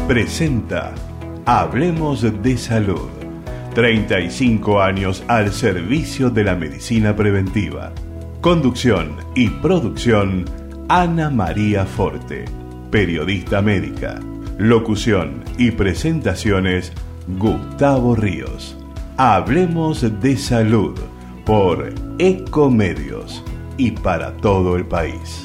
presenta Hablemos de Salud. 35 años al servicio de la medicina preventiva. Conducción y producción, Ana María Forte, periodista médica. Locución y presentaciones, Gustavo Ríos. Hablemos de Salud por Ecomedios y para todo el país.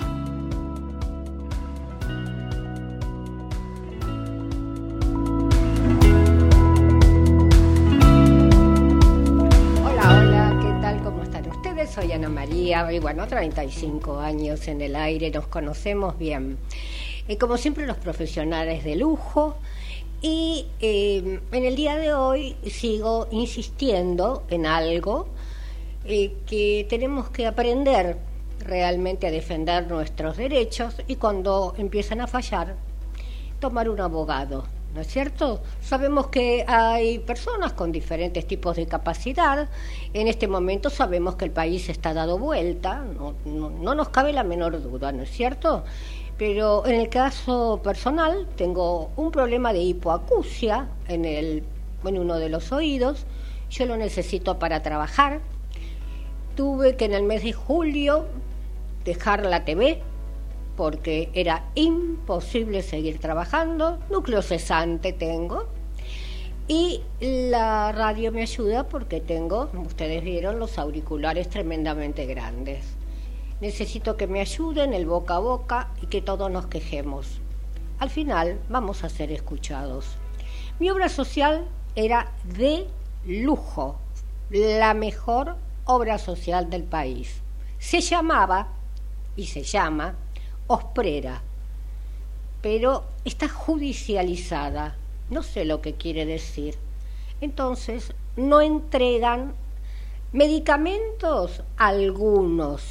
Soy Ana María y bueno, 35 años en el aire, nos conocemos bien. Como siempre, los profesionales de lujo y en el día de hoy sigo insistiendo en algo que tenemos que aprender realmente a defender nuestros derechos y cuando empiezan a fallar, tomar un abogado. ¿No es cierto? Sabemos que hay personas con diferentes tipos de capacidad. En este momento sabemos que el país está dado vuelta, no nos cabe la menor duda, ¿no es cierto? Pero en el caso personal tengo un problema de hipoacusia en uno de los oídos. Yo lo necesito para trabajar. Tuve que en el mes de julio dejar la TV porque era imposible seguir trabajando. Núcleo cesante tengo y la radio me ayuda porque tengo, como ustedes vieron, los auriculares tremendamente grandes. Necesito que me ayuden el boca a boca y que todos nos quejemos. Al final vamos a ser escuchados. Mi obra social era de lujo, la mejor obra social del país. Se llamaba y se llama Osprera, pero está judicializada, no sé lo que quiere decir. Entonces no entregan medicamentos, algunos,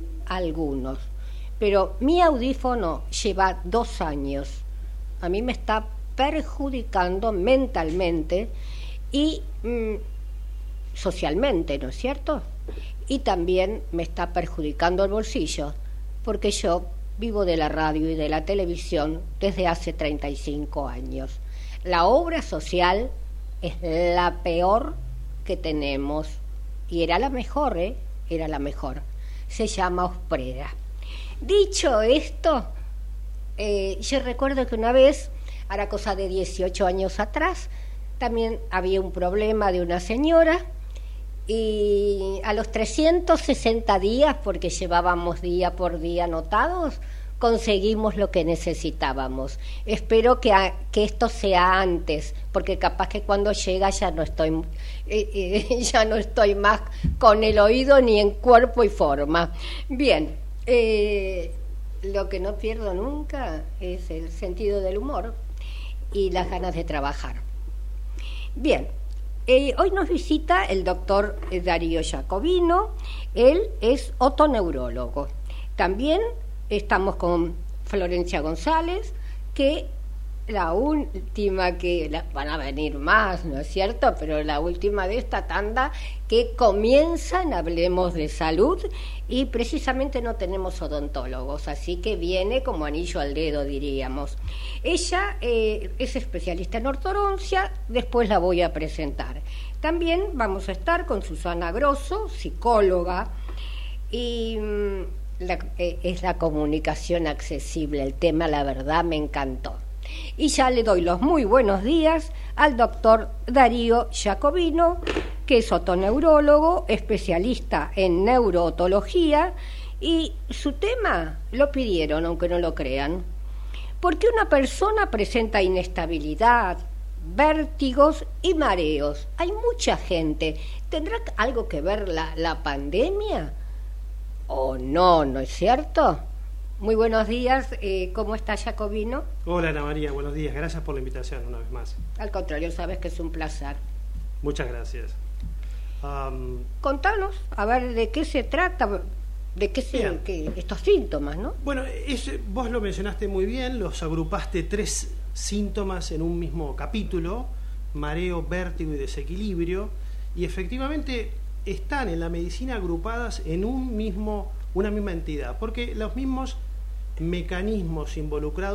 pero mi audífono lleva 2 años, a mí me está perjudicando mentalmente y socialmente, ¿no es cierto? Y también me está perjudicando el bolsillo, porque yo vivo de la radio y de la televisión desde hace 35 años. La obra social es la peor que tenemos y era la mejor, era la mejor. Se llama Osprera. Dicho esto, yo recuerdo que una vez, hará cosa de 18 años atrás, también había un problema de una señora y a los 360 días, porque llevábamos día por día anotados, conseguimos lo que necesitábamos. Espero que esto sea antes, porque capaz que cuando llega ya no estoy más con el oído ni en cuerpo y forma. Bien, lo que no pierdo nunca es el sentido del humor y las ganas de trabajar. Bien. Hoy nos visita el doctor Darío Jacobino. Él es otoneurólogo. También estamos con Florencia González, que la última van a venir más, ¿no es cierto? Pero la última de esta tanda que comienzan, Hablemos de Salud, y precisamente no tenemos odontólogos, así que viene como anillo al dedo, diríamos. Ella es especialista en ortodoncia, después la voy a presentar. También vamos a estar con Susana Grosso, psicóloga, y es la comunicación accesible, el tema, la verdad, me encantó. Y ya le doy los muy buenos días al doctor Darío Jacobino, que es otoneurólogo, especialista en neurootología, y su tema lo pidieron, aunque no lo crean. ¿Por qué una persona presenta inestabilidad, vértigos y mareos? Hay mucha gente. ¿Tendrá algo que ver la pandemia? ¿O no, no es cierto? Muy buenos días, ¿cómo está Jacobino? Hola Ana María, buenos días, gracias por la invitación una vez más. Al contrario, sabes que es un placer. Muchas gracias. Contanos, a ver, ¿de qué se trata? ¿De qué estos síntomas, no? Bueno, vos lo mencionaste muy bien, los agrupaste 3 síntomas en un mismo capítulo, mareo, vértigo y desequilibrio, y efectivamente están en la medicina agrupadas en una misma entidad, porque los mismos mecanismos involucrados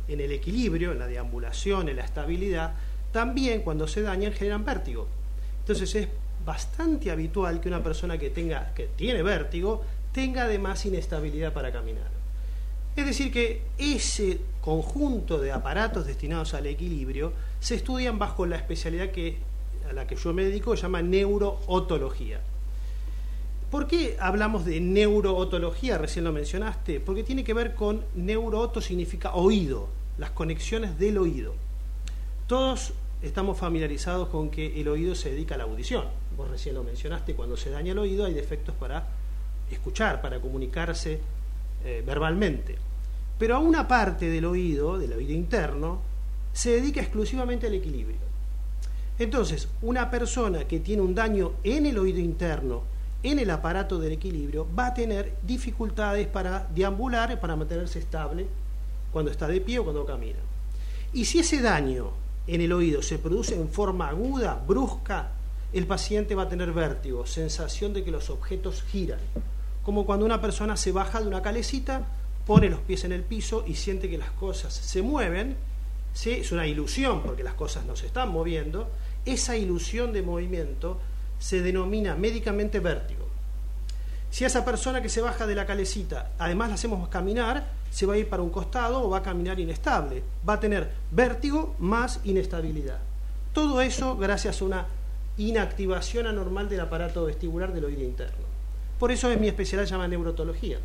en el equilibrio, en la deambulación, en la estabilidad, también cuando se dañan generan vértigo. Entonces es bastante habitual que una persona que tiene vértigo tenga además inestabilidad para caminar. Es decir, que ese conjunto de aparatos destinados al equilibrio se estudian bajo la especialidad a la que yo me dedico, que se llama neurootología. ¿Por qué hablamos de neurootología? Recién lo mencionaste. Porque tiene que ver con neurooto, significa oído, las conexiones del oído. Todos estamos familiarizados con que el oído se dedica a la audición. Vos recién lo mencionaste, cuando se daña el oído hay defectos para escuchar, para comunicarse verbalmente. Pero a una parte del oído interno, se dedica exclusivamente al equilibrio. Entonces, una persona que tiene un daño en el oído interno, en el aparato del equilibrio, va a tener dificultades para deambular, para mantenerse estable cuando está de pie o cuando camina. Y si ese daño en el oído se produce en forma aguda, brusca, el paciente va a tener vértigo, sensación de que los objetos giran, como cuando una persona se baja de una calecita, pone los pies en el piso y siente que las cosas se mueven. ¿Sí? Es una ilusión porque las cosas no se están moviendo. Esa ilusión de movimiento se denomina médicamente vértigo. Si a esa persona que se baja de la calecita además la hacemos caminar, se va a ir para un costado o va a caminar inestable, va a tener vértigo más inestabilidad. Todo eso gracias a una inactivación anormal del aparato vestibular del oído interno. Por eso es mi especialidad, se llama neurootología.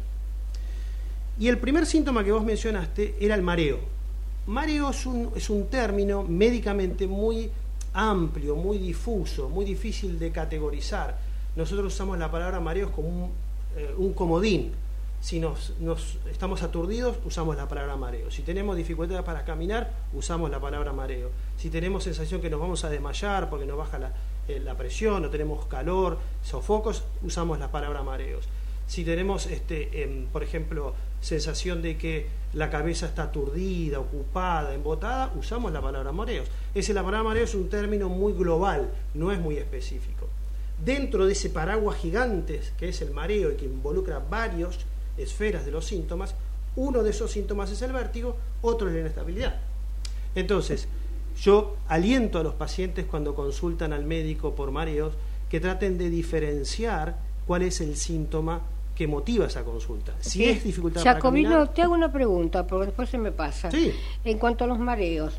Y el primer síntoma que vos mencionaste era el mareo. Mareo es un término médicamente muy amplio, muy difuso, muy difícil de categorizar. Nosotros usamos la palabra mareos como un comodín. Si estamos aturdidos, usamos la palabra mareo. Si tenemos dificultades para caminar, usamos la palabra mareo. Si tenemos sensación que nos vamos a desmayar porque nos baja la presión, o tenemos calor, sofocos, usamos la palabra mareos. Si tenemos, por ejemplo, sensación de que la cabeza está aturdida, ocupada, embotada, usamos la palabra mareos. La palabra mareo es un término muy global, no es muy específico. Dentro de ese paraguas gigante que es el mareo y que involucra varias esferas de los síntomas, uno de esos síntomas es el vértigo, otro es la inestabilidad. Entonces, yo aliento a los pacientes cuando consultan al médico por mareos que traten de diferenciar cuál es el síntoma que motiva esa consulta. Si es dificultad para caminar... te hago una pregunta, porque después se me pasa. Sí. En cuanto a los mareos,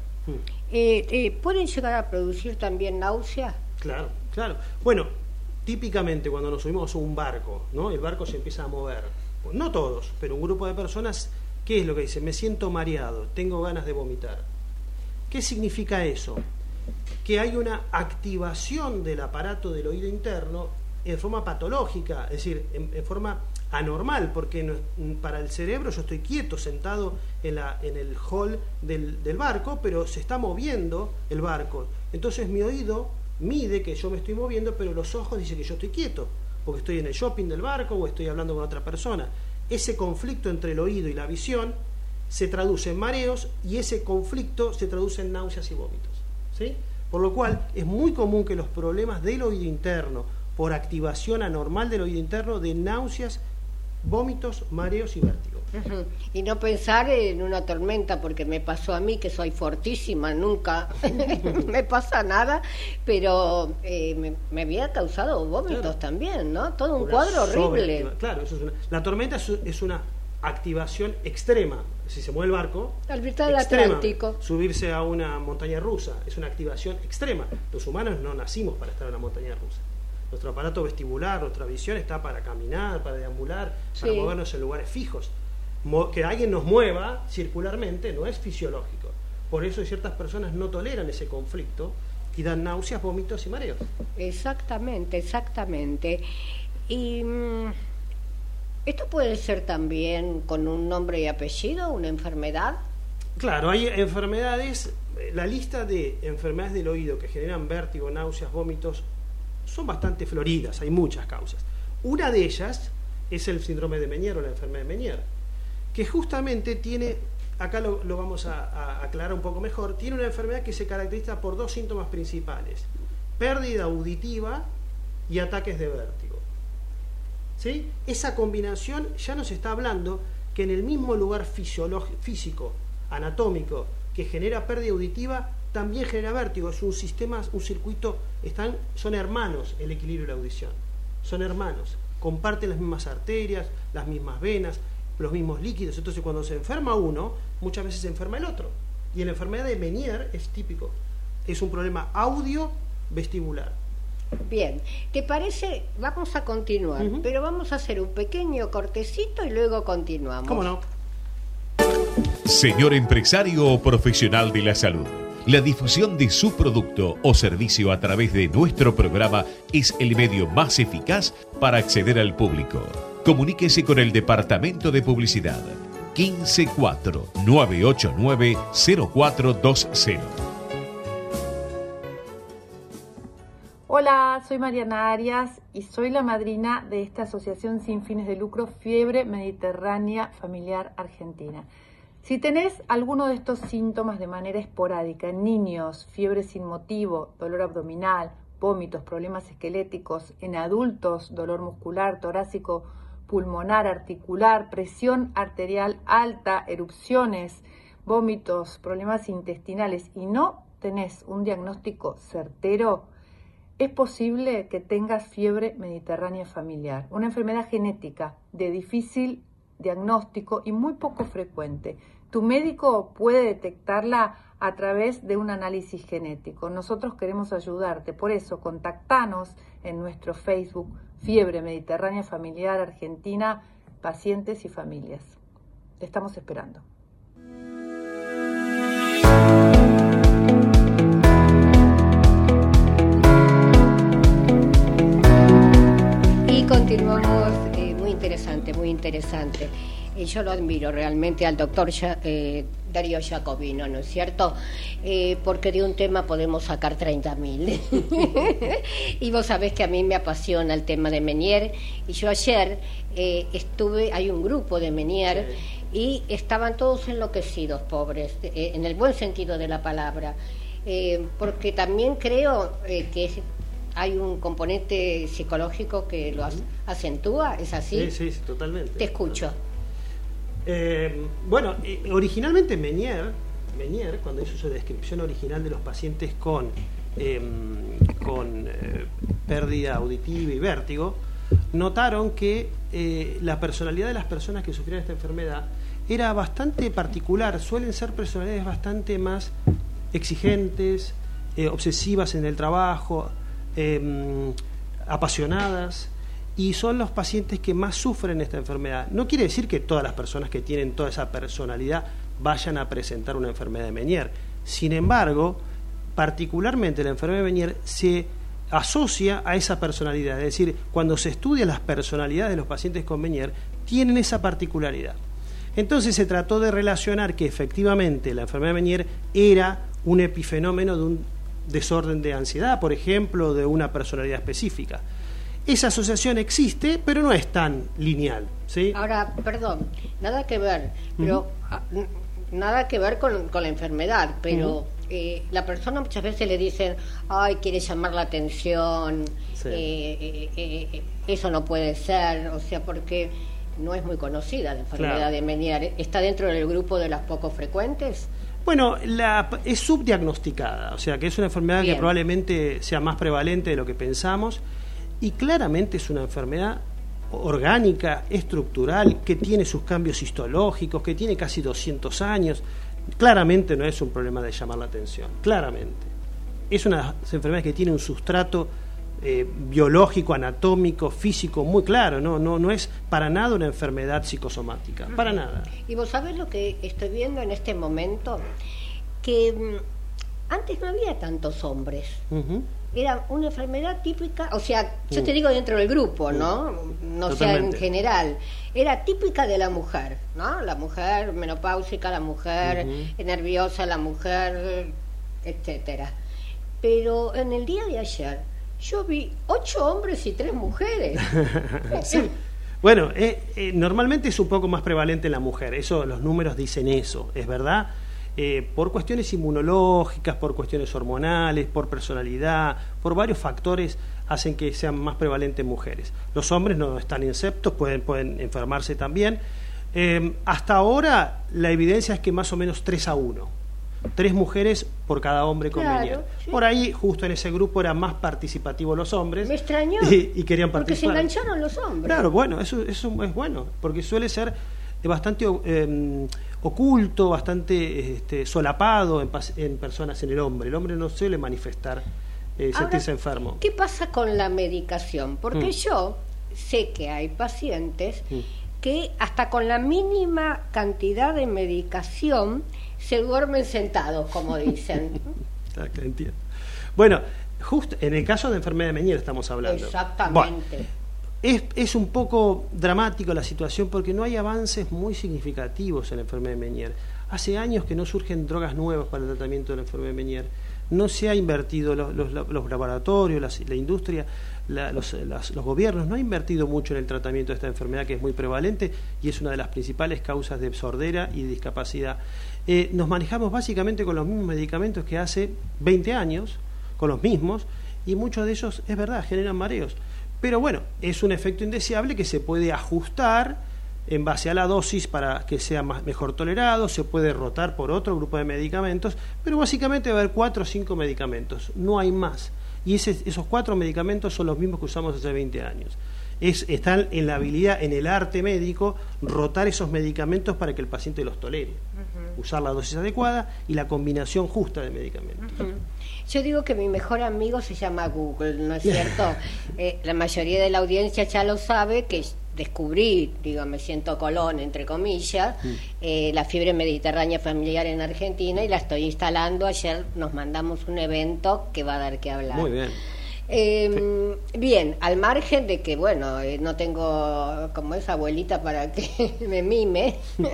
¿pueden llegar a producir también náuseas? Claro. Bueno, típicamente cuando nos subimos a un barco, ¿no? El barco se empieza a mover. Pues no todos, pero un grupo de personas, ¿qué es lo que dice? Me siento mareado, tengo ganas de vomitar. ¿Qué significa eso? Que hay una activación del aparato del oído interno en forma patológica, es decir, en forma anormal, porque para el cerebro yo estoy quieto, sentado en el hall del barco, pero se está moviendo el barco. Entonces mi oído mide que yo me estoy moviendo, pero los ojos dicen que yo estoy quieto, porque estoy en el shopping del barco o estoy hablando con otra persona. Ese conflicto entre el oído y la visión se traduce en mareos y ese conflicto se traduce en náuseas y vómitos, ¿sí? Por lo cual es muy común que los problemas del oído interno, por activación anormal del oído interno, de náuseas, vómitos, mareos y vértigo. Uh-huh. Y no pensar en una tormenta, porque me pasó a mí, que soy fortísima, nunca me pasa nada, pero me había causado vómitos, claro, también, ¿no? Todo un cuadro horrible. Claro, la tormenta es una activación extrema. Si se mueve el barco, al mitad del Atlántico, subirse a una montaña rusa es una activación extrema. Los humanos no nacimos para estar en una montaña rusa. Nuestro aparato vestibular, nuestra visión está para caminar, para deambular, sí, para movernos en lugares fijos. Que alguien nos mueva circularmente no es fisiológico. Por eso ciertas personas no toleran ese conflicto y dan náuseas, vómitos y mareos. Exactamente. Y esto puede ser también con un nombre y apellido, una enfermedad. Claro, hay enfermedades. La lista de enfermedades del oído que generan vértigo, náuseas, vómitos son bastante floridas, hay muchas causas. Una de ellas es el síndrome de Menier o la enfermedad de Menier, que justamente tiene, acá lo vamos a aclarar un poco mejor, tiene una enfermedad que se caracteriza por dos síntomas principales: pérdida auditiva y ataques de vértigo. ¿Sí? Esa combinación ya nos está hablando que en el mismo lugar físico anatómico que genera pérdida auditiva también genera vértigo. Es un sistema, un circuito, son hermanos el equilibrio y la audición. Son hermanos, comparten las mismas arterias, las mismas venas, los mismos líquidos. Entonces cuando se enferma uno, muchas veces se enferma el otro. Y en la enfermedad de Meniere es típico. Es un problema audio-vestibular. Bien, ¿te parece? Vamos a continuar, pero vamos a hacer un pequeño cortecito y luego continuamos. ¿Cómo no? Señor empresario o profesional de la salud, la difusión de su producto o servicio a través de nuestro programa es el medio más eficaz para acceder al público. Comuníquese con el Departamento de Publicidad 154-989-0420. Hola, soy Mariana Arias y soy la madrina de esta asociación sin fines de lucro Fiebre Mediterránea Familiar Argentina. Si tenés alguno de estos síntomas de manera esporádica en niños, fiebre sin motivo, dolor abdominal, vómitos, problemas esqueléticos, en adultos, dolor muscular, torácico, pulmonar, articular, presión arterial alta, erupciones, vómitos, problemas intestinales y no tenés un diagnóstico certero, es posible que tengas fiebre mediterránea familiar, una enfermedad genética de difícil diagnóstico y muy poco frecuente. Tu médico puede detectarla a través de un análisis genético. Nosotros queremos ayudarte, por eso contactanos en nuestro Facebook Fiebre Mediterránea Familiar Argentina, pacientes y familias. Te estamos esperando. Y continuamos, muy interesante. Yo lo admiro realmente al doctor Darío Giacobino, ¿no es cierto? Porque de un tema podemos sacar 30.000. Y vos sabés que a mí me apasiona el tema de Meniere. Y yo ayer hay un grupo de Meniere y estaban todos enloquecidos, pobres, en el buen sentido de la palabra. Porque también creo que hay un componente psicológico que lo acentúa, ¿es así? Sí, totalmente. Te escucho. Originalmente Meniere, cuando hizo su descripción original de los pacientes con pérdida auditiva y vértigo, notaron que la personalidad de las personas que sufrían esta enfermedad era bastante particular. Suelen ser personalidades bastante más exigentes, obsesivas en el trabajo, apasionadas, y son los pacientes que más sufren esta enfermedad. No quiere decir que todas las personas que tienen toda esa personalidad vayan a presentar una enfermedad de Meniere. Sin embargo, particularmente la enfermedad de Meniere se asocia a esa personalidad. Es decir, cuando se estudian las personalidades de los pacientes con Meniere, tienen esa particularidad. Entonces se trató de relacionar que efectivamente la enfermedad de Meniere era un epifenómeno de un desorden de ansiedad, por ejemplo, de una personalidad específica. Esa asociación existe, pero no es tan lineal, ¿sí? Ahora, perdón, nada que ver, pero nada que ver con la enfermedad, pero la persona muchas veces le dicen, ay, quiere llamar la atención, eso no puede ser, o sea, porque no es muy conocida la enfermedad de Meniere. ¿Está dentro del grupo de las poco frecuentes? Bueno, es subdiagnosticada, o sea que es una enfermedad que probablemente sea más prevalente de lo que pensamos, y claramente es una enfermedad orgánica, estructural, que tiene sus cambios histológicos, que tiene casi 200 años. Claramente no es un problema de llamar la atención, claramente. Es una enfermedad que tiene un sustrato biológico, anatómico, físico muy claro, no es para nada una enfermedad psicosomática, para nada. Y vos sabés lo que estoy viendo en este momento, que antes no había tantos hombres. Era una enfermedad típica, o sea, yo te digo dentro del grupo, ¿no? No sea en general. Era típica de la mujer, ¿no? La mujer menopáusica, la mujer nerviosa, la mujer, etcétera. Pero en el día de ayer yo vi 8 hombres y 3 mujeres. Sí. Bueno, normalmente es un poco más prevalente en la mujer, eso, los números dicen eso, es verdad. Por cuestiones inmunológicas, por cuestiones hormonales, por personalidad, por varios factores hacen que sean más prevalentes mujeres. Los hombres no están inceptos, pueden enfermarse también. Hasta ahora la evidencia es que más o menos 3-1. 3 mujeres por cada hombre con Menier. Sí. Por ahí, justo en ese grupo, eran más participativos los hombres. Me extrañó. Y querían participar. Porque se engancharon los hombres. Claro, bueno, eso es bueno, porque suele ser bastante oculto, bastante solapado en personas, en el hombre. El hombre no suele manifestar sentirse enfermo. ¿Qué pasa con la medicación? Porque yo sé que hay pacientes que hasta con la mínima cantidad de medicación se duermen sentados, como dicen. Entiendo. Bueno, justo en el caso de enfermedad de Menier estamos hablando. Exactamente. Bueno, es un poco dramático la situación porque no hay avances muy significativos en la enfermedad de Menier. Hace años que no surgen drogas nuevas para el tratamiento de la enfermedad de Menier. No se ha invertido, los laboratorios, la industria, los gobiernos no han invertido mucho en el tratamiento de esta enfermedad, que es muy prevalente y es una de las principales causas de sordera y de discapacidad. Nos manejamos básicamente con los mismos medicamentos que hace 20 años, con los mismos, y muchos de ellos, es verdad, generan mareos. Pero bueno, es un efecto indeseable que se puede ajustar en base a la dosis para que sea mejor tolerado, se puede rotar por otro grupo de medicamentos, pero básicamente va a haber 4 o 5 medicamentos, no hay más. Y esos 4 medicamentos son los mismos que usamos hace 20 años. Están en la habilidad, en el arte médico, rotar esos medicamentos para que el paciente los tolere. Usar la dosis adecuada y la combinación justa de medicamentos. Yo digo que mi mejor amigo se llama Google, ¿no es cierto? La mayoría de la audiencia ya lo sabe, que descubrí, me siento Colón, entre comillas, la fiebre mediterránea familiar en Argentina y la estoy instalando. Ayer nos mandamos un evento que va a dar que hablar. Muy bien. Bien, al margen de que, no tengo como esa abuelita para que me mime,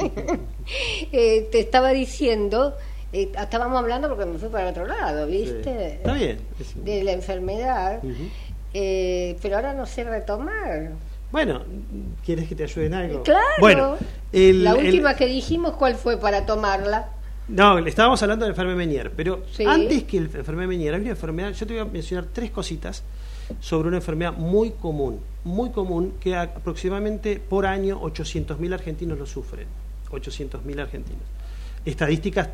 te estaba diciendo, estábamos hablando porque me fui para el otro lado, ¿viste? Sí. Está bien. De la enfermedad, pero ahora no sé retomar. Bueno, ¿quieres que te ayude en algo? Claro. Bueno, la última que dijimos, ¿cuál fue para tomarla? No, estábamos hablando de la enfermedad de Menier, pero sí. Antes que la enfermedad de Menier, hay una enfermedad, yo te voy a mencionar 3 cositas sobre una enfermedad muy común, que aproximadamente por año 800.000 argentinos lo sufren, 800.000 argentinos. Estadísticas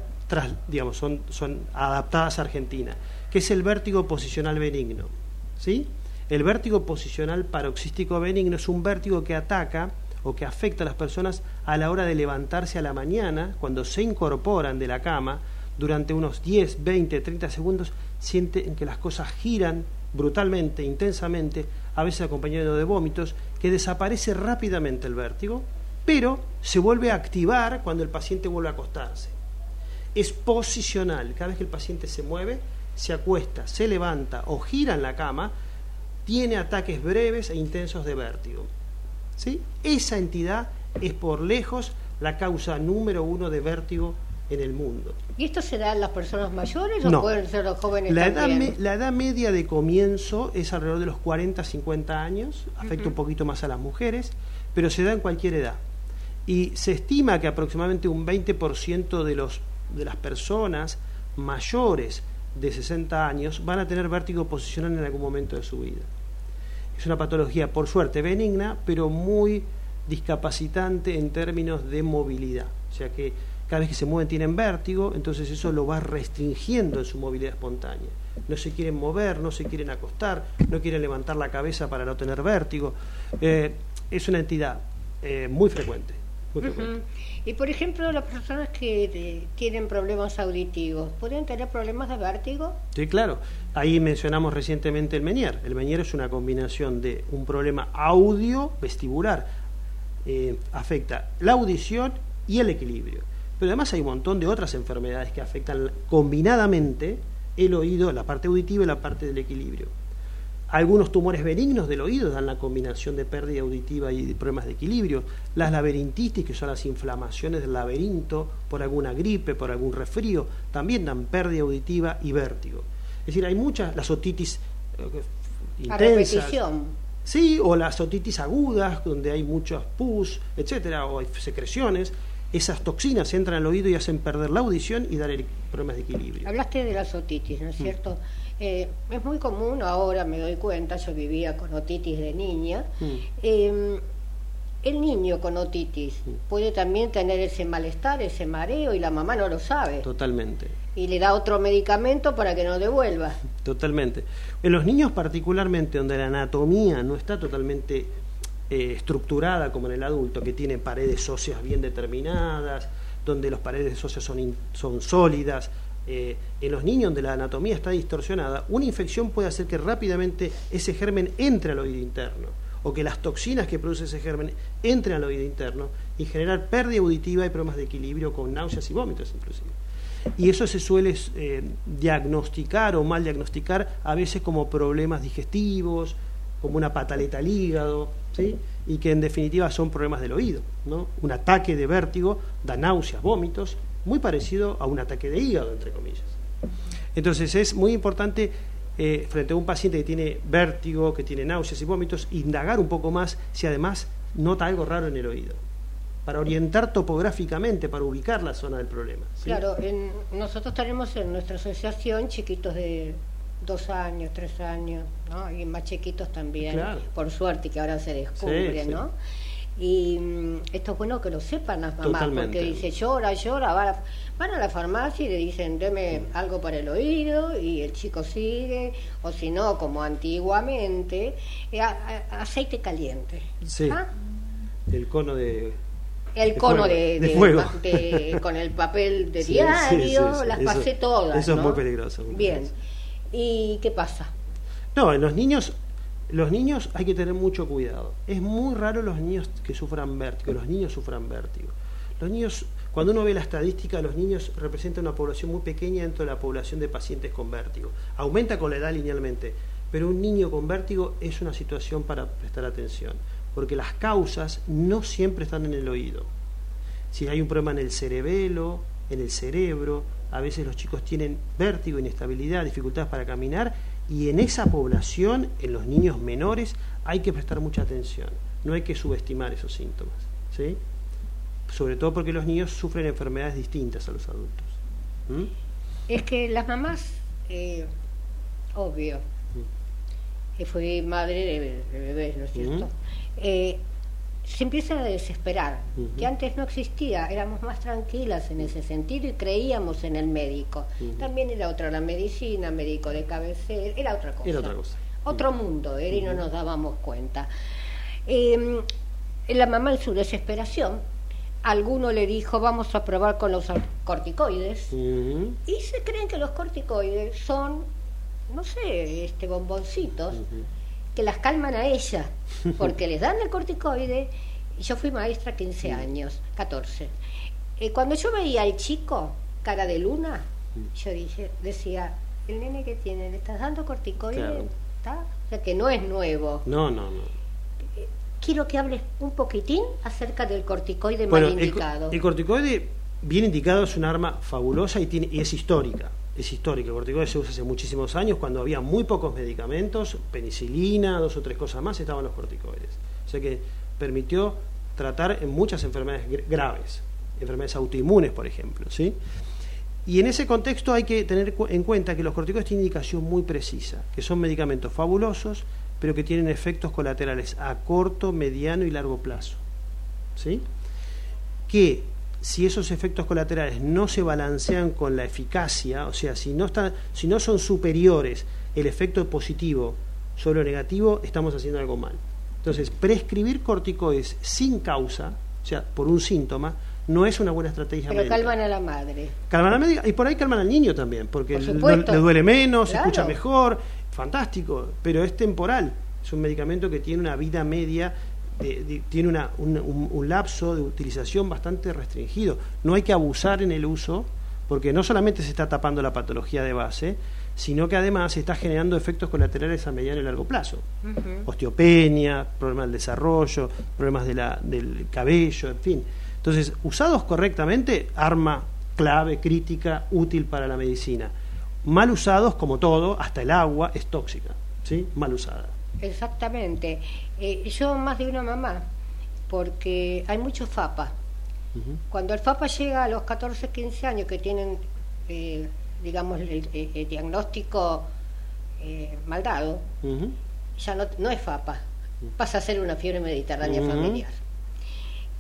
son adaptadas a Argentina, que es el vértigo posicional benigno, ¿sí? El vértigo posicional paroxístico benigno es un vértigo que ataca o que afecta a las personas a la hora de levantarse a la mañana, cuando se incorporan de la cama, durante unos 10, 20, 30 segundos, sienten que las cosas giran brutalmente, intensamente, a veces acompañado de vómitos, que desaparece rápidamente el vértigo, pero se vuelve a activar cuando el paciente vuelve a acostarse. Es posicional, cada vez que el paciente se mueve, se acuesta, se levanta o gira en la cama, tiene ataques breves e intensos de vértigo. ¿Sí? Esa entidad es por lejos la causa número 1 de vértigo en el mundo. ¿Y esto se da en las personas mayores no. o pueden ser los jóvenes también? La edad media de comienzo es alrededor de los 40, 50 años, afecta un poquito más a las mujeres, pero se da en cualquier edad. Y se estima que aproximadamente un 20% de las personas mayores de 60 años van a tener vértigo posicional en algún momento de su vida. Es una patología, por suerte, benigna, pero muy discapacitante en términos de movilidad. O sea que cada vez que se mueven tienen vértigo, entonces eso lo va restringiendo en su movilidad espontánea. No se quieren mover, no se quieren acostar, no quieren levantar la cabeza para no tener vértigo. Es una entidad muy frecuente. Muy frecuente. Y por ejemplo, las personas que tienen problemas auditivos, ¿pueden tener problemas de vértigo? Sí, claro. Ahí mencionamos recientemente el Menier. El Menier es una combinación de un problema audio-vestibular. Afecta la audición y el equilibrio. Pero además hay un montón de otras enfermedades que afectan combinadamente el oído, la parte auditiva y la parte del equilibrio. Algunos tumores benignos del oído dan la combinación de pérdida auditiva y de problemas de equilibrio. Las laberintitis, que son las inflamaciones del laberinto por alguna gripe, por algún resfrío, también dan pérdida auditiva y vértigo. Es decir, hay muchas, las otitis intensas. A repetición. Sí, o las otitis agudas, donde hay muchos pus, etcétera, o hay secreciones. Esas toxinas entran al oído y hacen perder la audición y dar problemas de equilibrio. Hablaste de las otitis, ¿no es cierto? Es muy común, ahora me doy cuenta, yo vivía con otitis de niña. el niño con otitis puede también tener ese malestar, ese mareo, y la mamá no lo sabe. Totalmente. Y le da otro medicamento para que no devuelva. Totalmente. En los niños particularmente, donde la anatomía no está totalmente estructurada como en el adulto, que tiene paredes óseas bien determinadas, donde las paredes óseas son sólidas, en los niños donde la anatomía está distorsionada, una infección puede hacer que rápidamente ese germen entre al oído interno, o que las toxinas que produce ese germen entren al oído interno y generar pérdida auditiva y problemas de equilibrio con náuseas y vómitos inclusive. Y eso se suele diagnosticar o mal diagnosticar a veces como problemas digestivos, como una pataleta al hígado, ¿sí? Y que en definitiva son problemas del oído, ¿no? Un ataque de vértigo da náuseas, vómitos, muy parecido a un ataque de hígado, entre comillas. Entonces es muy importante, frente a un paciente que tiene vértigo, que tiene náuseas y vómitos, indagar un poco más si además nota algo raro en el oído, para orientar topográficamente, para ubicar la zona del problema, ¿sí? Claro, nosotros tenemos en nuestra asociación chiquitos de 2 años, 3 años, ¿no? Y más chiquitos también, claro, por suerte, que ahora se descubre, sí, ¿no? Y esto es bueno que lo sepan las mamás. Totalmente. Porque dice, llora, van a la farmacia y le dicen, deme algo para el oído, y el chico sigue, o si no, como antiguamente, aceite caliente. Sí. ¿Ah? El cono de... El cono de fuego. Con el papel de Sí, diario, sí. las Eso, pasé todas. Eso ¿no? es muy peligroso. Muy Bien. peligroso. ¿Y qué pasa? No, en los niños hay que tener mucho cuidado. Es muy raro los niños que sufran vértigo, los niños sufran vértigo. Los niños, cuando uno ve la estadística, los niños representan una población muy pequeña dentro de la población de pacientes con vértigo. Aumenta con la edad linealmente, pero un niño con vértigo es una situación para prestar atención, porque las causas no siempre están en el oído. Si hay un problema en el cerebelo, en el cerebro, a veces los chicos tienen vértigo, inestabilidad, dificultades para caminar, y en esa población, en los niños menores, hay que prestar mucha atención. No hay que subestimar esos síntomas, ¿sí? Sobre todo porque los niños sufren enfermedades distintas a los adultos. Es que las mamás, obvio, fui madre de bebés, ¿no es cierto? Se empiezan a desesperar, que antes no existía, éramos más tranquilas en ese sentido y creíamos en el médico. También era otra la medicina, médico de cabecera, era otra cosa. Otro mundo era, y no nos dábamos cuenta. La mamá en su desesperación, alguno le dijo, vamos a probar con los corticoides, y se creen que los corticoides son, no sé, bomboncitos, que las calman a ella, porque les dan el corticoide. Yo fui maestra 15 años, 14. Cuando yo veía al chico, cara de luna, yo decía, el nene que tiene, ¿le estás dando corticoide? Claro. ¿Está? O sea, que no es nuevo. No. Quiero que hables un poquitín acerca del corticoide Bueno, mal indicado. El corticoide bien indicado es un arma fabulosa y es histórica. Es histórica. El corticoide se usa hace muchísimos años, cuando había muy pocos medicamentos, penicilina, 2 o 3 cosas más, estaban los corticoides. O sea que permitió tratar en muchas enfermedades graves, enfermedades autoinmunes, por ejemplo, ¿sí? Y en ese contexto hay que tener en cuenta que los corticoides tienen indicación muy precisa, que son medicamentos fabulosos, pero que tienen efectos colaterales a corto, mediano y largo plazo, ¿sí? Que si esos efectos colaterales no se balancean con la eficacia, o sea, si no son superiores el efecto positivo sobre lo negativo, estamos haciendo algo mal. Entonces, prescribir corticoides sin causa, o sea, por un síntoma, no es una buena estrategia Pero médica. calman a la madre. Calman a la médica, y por ahí calman al niño también, porque Por supuesto. le duele menos, Claro. se escucha mejor, fantástico, pero es temporal. Es un medicamento que tiene una vida media, tiene un lapso de utilización bastante restringido. No hay que abusar en el uso, porque no solamente se está tapando la patología de base, sino que además se está generando efectos colaterales a mediano y largo plazo. Osteopenia, problemas del desarrollo, problemas del cabello, en fin. Entonces, usados correctamente, arma clave, crítica, útil para la medicina. Mal usados, como todo, hasta el agua es tóxica, ¿sí? Mal usada. Exactamente. Yo más de una mamá, porque hay mucho FAPA. Cuando el FAPA llega a los 14, 15 años, que tienen, digamos, el diagnóstico mal dado, ya no es FAPA, pasa a ser una fiebre mediterránea familiar.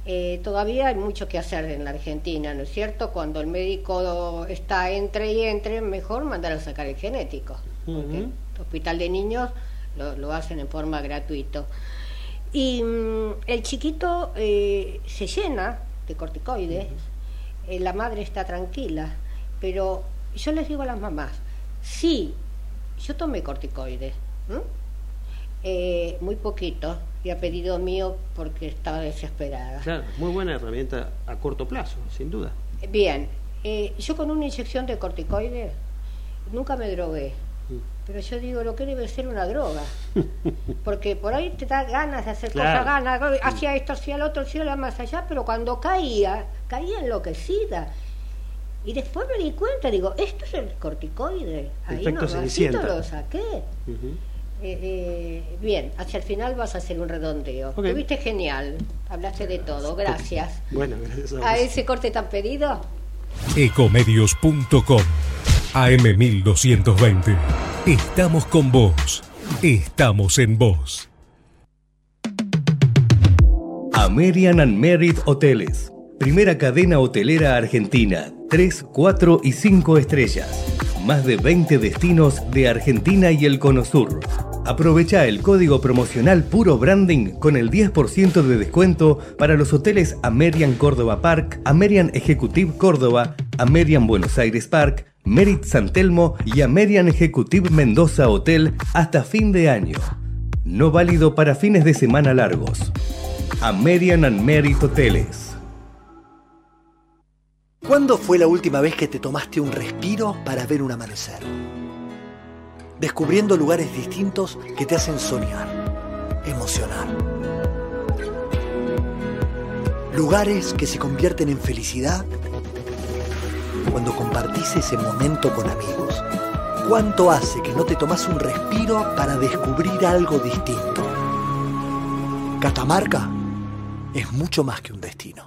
Todavía hay mucho que hacer en la Argentina, ¿no es cierto? Cuando el médico está entre, mejor mandar a sacar el genético. Porque el hospital de niños lo hacen en forma gratuita. Y el chiquito se llena de corticoides, la madre está tranquila, pero yo les digo a las mamás, sí, yo tomé corticoides, muy poquito, y a pedido mío porque estaba desesperada. Claro, muy buena herramienta a corto plazo, sin duda. Bien, yo con una inyección de corticoides nunca me drogué, pero yo digo, lo que debe ser una droga, porque por ahí te da ganas de hacer cosas, hacía esto, hacía lo otro, hacía más allá, pero cuando caía enloquecida. Y después me di cuenta, digo, esto es el corticoide, ahí no lo saqué. Bien, hacia el final vas a hacer un redondeo. Okay. Tuviste genial, hablaste de todo, gracias. Bueno, gracias a ese corte tan pedido. Ecomedios.com AM1220. Estamos con vos. Estamos en vos. American and Merit Hoteles. Primera cadena hotelera argentina. 3, 4 y 5 estrellas. Más de 20 destinos de Argentina y el Cono Sur. Aprovecha el código promocional Puro Branding con el 10% de descuento para los hoteles American Córdoba Park, American Executive Córdoba, American Buenos Aires Park, Merit San Telmo y American Executive Mendoza Hotel hasta fin de año. No válido para fines de semana largos. American and Merit Hoteles. ¿Cuándo fue la última vez que te tomaste un respiro para ver un amanecer? Descubriendo lugares distintos que te hacen soñar, emocionar. Lugares que se convierten en felicidad cuando compartís ese momento con amigos. ¿Cuánto hace que no te tomás un respiro para descubrir algo distinto? Catamarca es mucho más que un destino.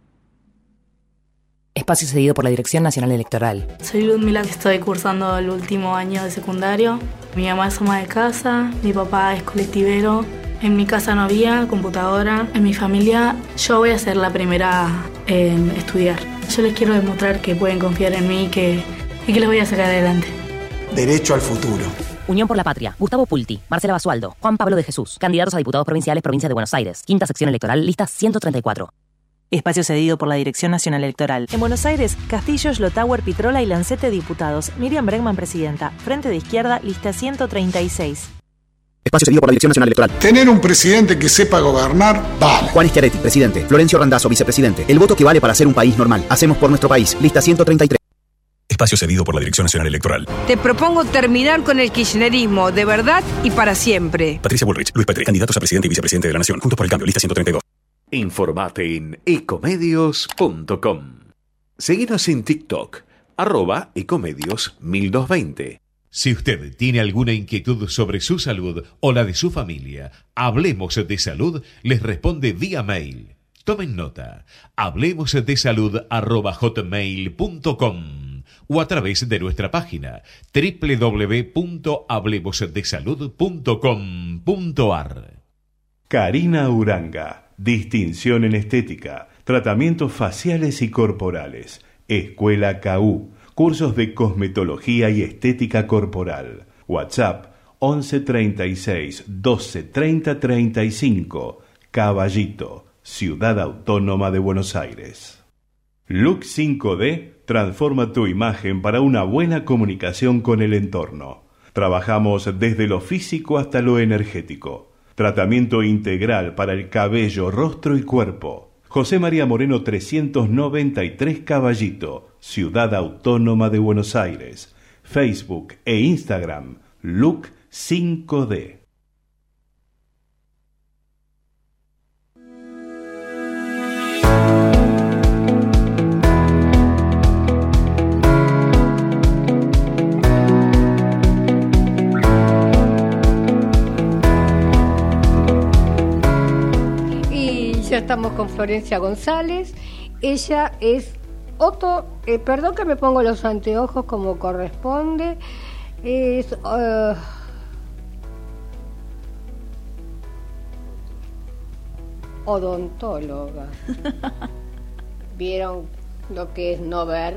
Espacio cedido por la Dirección Nacional Electoral. Soy Ludmila, estoy cursando el último año de secundario. Mi mamá es ama de casa, mi papá es colectivero. En mi casa no había computadora. En mi familia yo voy a ser la primera en estudiar. Yo les quiero demostrar que pueden confiar en mí y que les voy a sacar adelante. Derecho al futuro. Unión por la Patria. Gustavo Pulti, Marcela Basualdo, Juan Pablo de Jesús. Candidatos a diputados provinciales, Provincia de Buenos Aires. Quinta sección electoral, lista 134. Espacio cedido por la Dirección Nacional Electoral. En Buenos Aires, Castillo, Slotower, Pitrola y Lancete diputados. Miriam Bregman, presidenta. Frente de Izquierda, lista 136. Espacio cedido por la Dirección Nacional Electoral. Tener un presidente que sepa gobernar, vale. Juan Schiaretti, presidente. Florencio Randazzo, vicepresidente. El voto que vale para ser un país normal. Hacemos por nuestro país. Lista 133. Espacio cedido por la Dirección Nacional Electoral. Te propongo terminar con el kirchnerismo de verdad y para siempre. Patricia Bullrich, Luis Petri, candidatos a presidente y vicepresidente de la Nación. Juntos por el Cambio, lista 132. Informate en ecomedios.com. Seguinos en TikTok, @ecomedios1220. Si usted tiene alguna inquietud sobre su salud o la de su familia, Hablemos de Salud les responde vía mail. Tomen nota, hablemosdesalud@hotmail.com o a través de nuestra página www.hablemosdesalud.com.ar. Karina Uranga. Distinción en estética, tratamientos faciales y corporales. Escuela KU, cursos de cosmetología y estética corporal. WhatsApp 11 36 12 30 35. Caballito, Ciudad Autónoma de Buenos Aires. Look 5D transforma tu imagen para una buena comunicación con el entorno. Trabajamos desde lo físico hasta lo energético. Tratamiento integral para el cabello, rostro y cuerpo. José María Moreno 393 Caballito, Ciudad Autónoma de Buenos Aires. Facebook e Instagram, Look 5D. Ya estamos con Florencia González. Ella es perdón que me pongo los anteojos como corresponde. Es odontóloga. ¿Vieron lo que es no ver?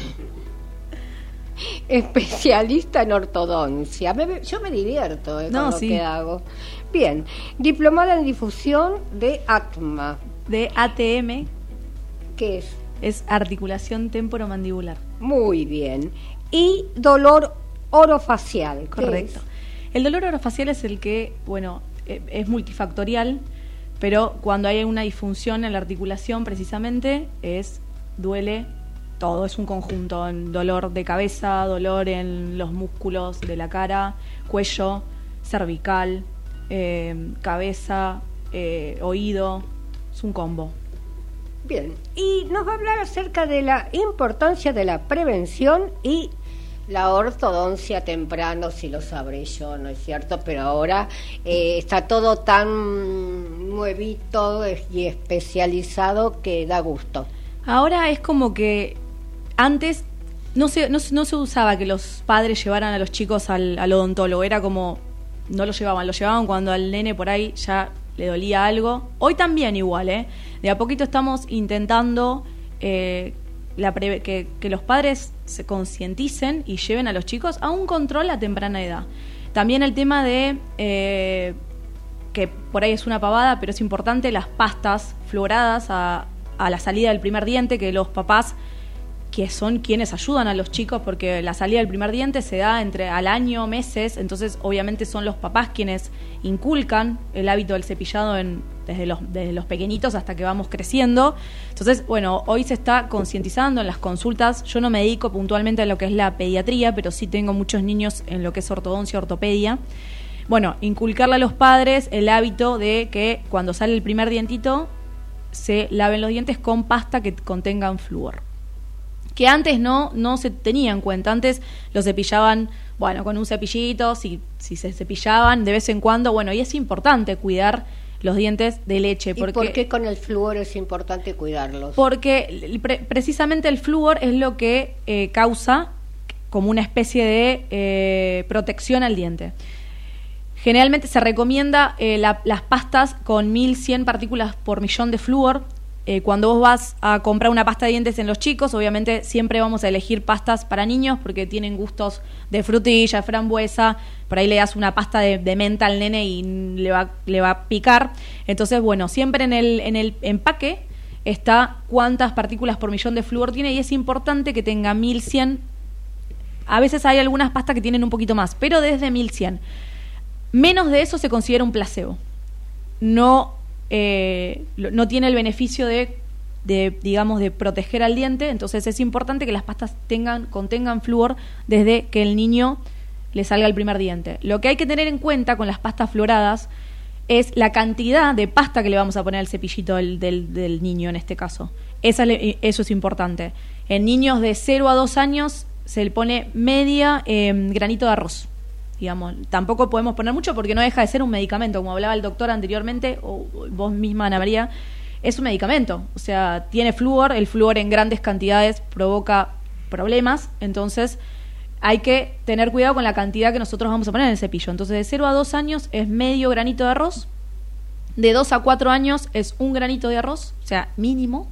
Especialista en ortodoncia. Yo me divierto con lo que hago. Bien, diplomada en difusión de ATMA. De ATM. ¿Qué es? Es articulación temporomandibular. Muy bien. Y dolor orofacial. Correcto. El dolor orofacial es el que, bueno, es multifactorial, pero cuando hay una disfunción en la articulación precisamente duele todo, es un conjunto, dolor de cabeza, dolor en los músculos de la cara, cuello, cervical, cabeza, oído, es un combo. Bien, y nos va a hablar acerca de la importancia de la prevención y la ortodoncia temprano, si lo sabré yo, ¿no es cierto? Pero ahora está todo tan nuevito y especializado que da gusto. Ahora es como que antes no se usaba que los padres llevaran a los chicos al odontólogo, era como, no lo llevaban cuando al nene por ahí ya le dolía algo. Hoy también igual, de a poquito estamos intentando que los padres se concienticen y lleven a los chicos a un control a temprana edad. También el tema de, que por ahí es una pavada, pero es importante, las pastas fluoradas a la salida del primer diente, que los papás, que son quienes ayudan a los chicos, porque la salida del primer diente se da al año, meses, entonces obviamente son los papás quienes inculcan el hábito del cepillado desde los pequeñitos hasta que vamos creciendo. Entonces, bueno, hoy se está concientizando en las consultas. Yo no me dedico puntualmente a lo que es la pediatría, pero sí tengo muchos niños en lo que es ortodoncia, ortopedia. Bueno, inculcarle a los padres el hábito de que cuando sale el primer dientito se laven los dientes con pasta que contengan flúor, que antes no se tenía en cuenta. Antes lo cepillaban, bueno, con un cepillito, si se cepillaban de vez en cuando, bueno, y es importante cuidar los dientes de leche. ¿Y por qué con el flúor es importante cuidarlos? Porque precisamente el flúor es lo que causa como una especie de protección al diente. Generalmente se recomienda las pastas con 1100 partículas por millón de flúor. Cuando vos vas a comprar una pasta de dientes en los chicos, obviamente siempre vamos a elegir pastas para niños porque tienen gustos de frutilla, frambuesa. Por ahí le das una pasta de menta al nene y le va a picar. Entonces, bueno, siempre en el empaque está cuántas partículas por millón de flúor tiene, y es importante que tenga 1100. A veces hay algunas pastas que tienen un poquito más, pero desde 1100. Menos de eso se considera un placebo. No tiene el beneficio de proteger al diente. Entonces es importante que las pastas contengan flúor desde que el niño le salga el primer diente. Lo que hay que tener en cuenta con las pastas fluoradas es la cantidad de pasta que le vamos a poner al cepillito del niño en este caso. Eso es importante. En niños de 0 a 2 años se le pone media granito de arroz. Digamos, tampoco podemos poner mucho porque no deja de ser un medicamento, como hablaba el doctor anteriormente, o vos misma, Ana María, es un medicamento, o sea, tiene flúor, el flúor en grandes cantidades provoca problemas, entonces hay que tener cuidado con la cantidad que nosotros vamos a poner en el cepillo. Entonces de 0 a 2 años es medio granito de arroz, de 2 a 4 años es un granito de arroz, o sea, mínimo,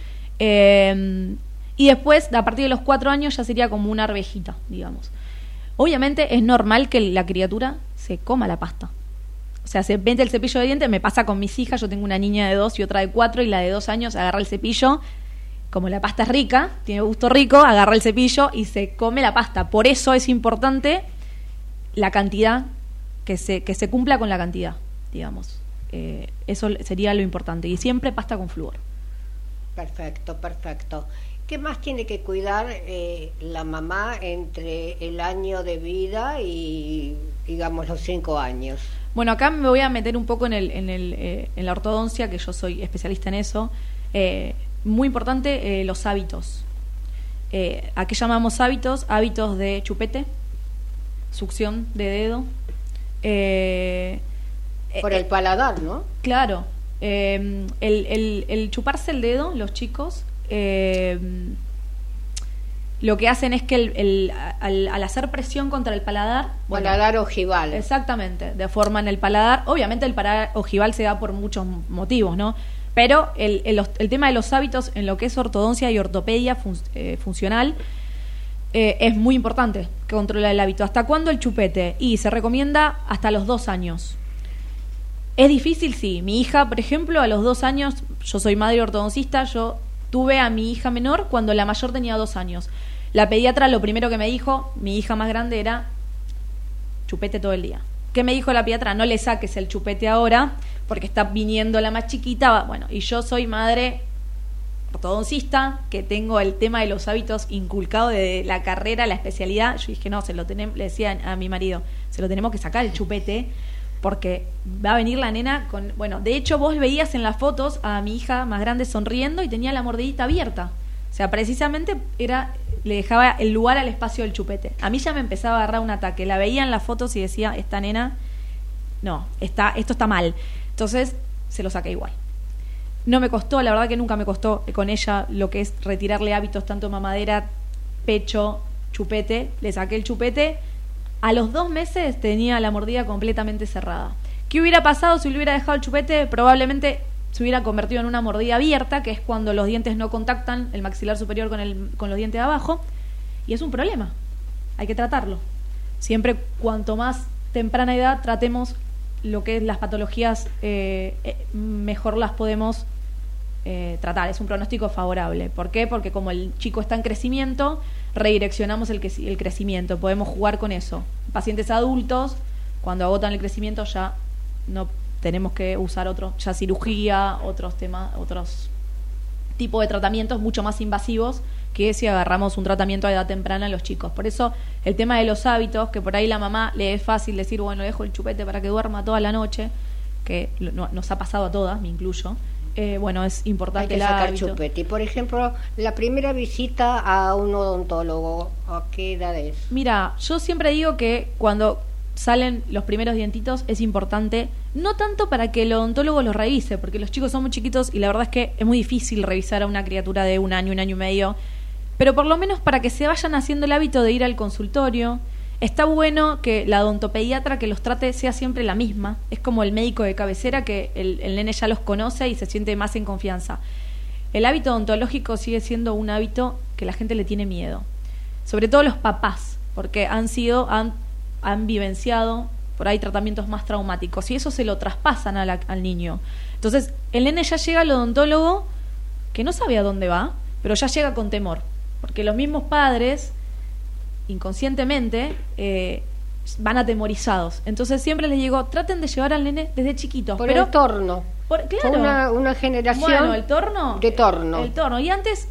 y después, a partir de los 4 años ya sería como una arvejita, digamos. Obviamente es normal que la criatura se coma la pasta. O sea, se mete el cepillo de dientes, me pasa con mis hijas, yo tengo una niña de 2 y otra de 4, y la de 2 años agarra el cepillo, como la pasta es rica, tiene gusto rico, agarra el cepillo y se come la pasta. Por eso es importante la cantidad, que se cumpla con la cantidad, digamos. Eso sería lo importante. Y siempre pasta con flúor. Perfecto, perfecto. ¿Qué más tiene que cuidar la mamá entre el año de vida y, digamos, los 5 años? Bueno, acá me voy a meter un poco en la ortodoncia, que yo soy especialista en eso. Muy importante, los hábitos. ¿A qué llamamos hábitos? Hábitos de chupete, succión de dedo. Por el paladar, ¿no? Claro. El chuparse el dedo, los chicos... lo que hacen es que al hacer presión contra el paladar... Bueno, paladar ojival. Exactamente, deforman el paladar. Obviamente el paladar ojival se da por muchos motivos, ¿no? Pero el tema de los hábitos en lo que es ortodoncia y ortopedia funcional es muy importante controlar el hábito. ¿Hasta cuándo el chupete? Y se recomienda hasta los 2 años. ¿Es difícil? Sí. Mi hija, por ejemplo, a los 2 años, yo soy madre ortodoncista, yo tuve a mi hija menor cuando la mayor tenía 2 años. La pediatra lo primero que me dijo, mi hija más grande, era chupete todo el día. ¿Qué me dijo la pediatra? No le saques el chupete ahora, porque está viniendo la más chiquita. Bueno, y yo soy madre ortodoncista, que tengo el tema de los hábitos inculcado de la carrera, la especialidad. Yo dije, no, le decía a mi marido, se lo tenemos que sacar el chupete, porque va a venir la nena con... Bueno, de hecho vos veías en las fotos a mi hija más grande sonriendo y tenía la mordidita abierta. O sea, precisamente le dejaba el lugar al espacio del chupete. A mí ya me empezaba a agarrar un ataque. La veía en las fotos y decía, esta nena, no, esto está mal. Entonces, se lo saqué igual. No me costó, la verdad que nunca me costó con ella lo que es retirarle hábitos, tanto mamadera, pecho, chupete. Le saqué el chupete. A los 2 meses tenía la mordida completamente cerrada. ¿Qué hubiera pasado si le hubiera dejado el chupete? Probablemente se hubiera convertido en una mordida abierta, que es cuando los dientes no contactan el maxilar superior con los dientes de abajo, y es un problema. Hay que tratarlo. Siempre, cuanto más temprana edad tratemos lo que es las patologías, mejor las podemos tratar. Es un pronóstico favorable. ¿Por qué? Porque como el chico está en crecimiento, redireccionamos el crecimiento, podemos jugar con eso. Pacientes adultos, cuando agotan el crecimiento, ya no tenemos que usar ya cirugía, otros tipos de tratamientos mucho más invasivos que si agarramos un tratamiento a edad temprana a los chicos. Por eso el tema de los hábitos, que por ahí la mamá le es fácil decir, bueno, le dejo el chupete para que duerma toda la noche, que nos ha pasado a todas, me incluyo. Bueno, es importante hay que sacar chupete. Y por ejemplo, la primera visita a un odontólogo, ¿a qué edad es? Mira, yo siempre digo que cuando salen los primeros dientitos es importante, no tanto para que el odontólogo los revise, porque los chicos son muy chiquitos y la verdad es que es muy difícil revisar a una criatura de 1 año, 1 año y medio, pero por lo menos para que se vayan haciendo el hábito de ir al consultorio. Está bueno que la odontopediatra que los trate sea siempre la misma. Es como el médico de cabecera, que el nene ya los conoce y se siente más en confianza. El hábito odontológico sigue siendo un hábito que la gente le tiene miedo. Sobre todo los papás, porque han vivenciado por ahí tratamientos más traumáticos y eso se lo traspasan al niño. Entonces, el nene ya llega al odontólogo que no sabe a dónde va, pero ya llega con temor. Porque los mismos padres inconscientemente van atemorizados. Entonces siempre les digo, traten de llevar al nene desde chiquitos. Pero el torno. Claro. Una generación bueno, el torno. De torno. El torno. Y antes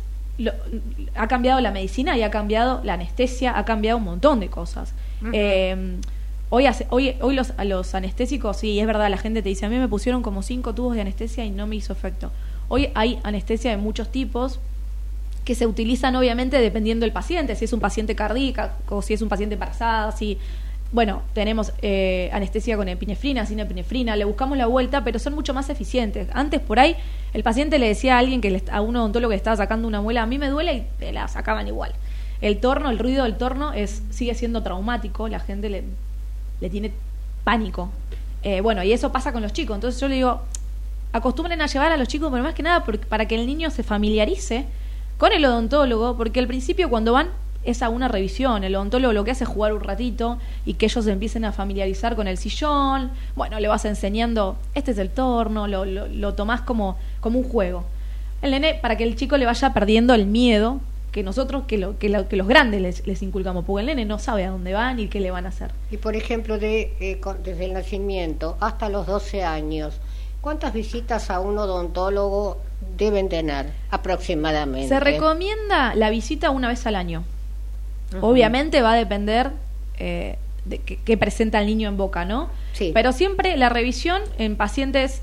ha cambiado la medicina y ha cambiado la anestesia, ha cambiado un montón de cosas. Uh-huh. Hoy los anestésicos, sí, es verdad, la gente te dice, a mí me pusieron como 5 tubos de anestesia y no me hizo efecto. Hoy hay anestesia de muchos tipos que se utilizan obviamente dependiendo del paciente, si es un paciente cardíaco, si es un paciente embarazada, bueno, tenemos anestesia con epinefrina, sin epinefrina, le buscamos la vuelta, pero son mucho más eficientes. Antes por ahí el paciente le decía a alguien a un odontólogo que le estaba sacando una muela, a mí me duele, y te la sacaban igual. El ruido del torno sigue siendo traumático, la gente le tiene pánico. Bueno, y eso pasa con los chicos, entonces yo le digo, acostumbren a llevar a los chicos, pero más que nada para que el niño se familiarice con el odontólogo, porque al principio cuando van es a una revisión, el odontólogo lo que hace es jugar un ratito y que ellos se empiecen a familiarizar con el sillón. Bueno, le vas enseñando, este es el torno, lo tomás como un juego. El nene, para que el chico le vaya perdiendo el miedo que nosotros, que los grandes les inculcamos, porque el nene no sabe a dónde van y qué le van a hacer. Y por ejemplo, desde el nacimiento hasta los 12 años, ¿cuántas visitas a un odontólogo deben tener aproximadamente? Se recomienda la visita una vez al año. Uh-huh. Obviamente va a depender de qué presenta el niño en boca, ¿no? Sí. Pero siempre la revisión en pacientes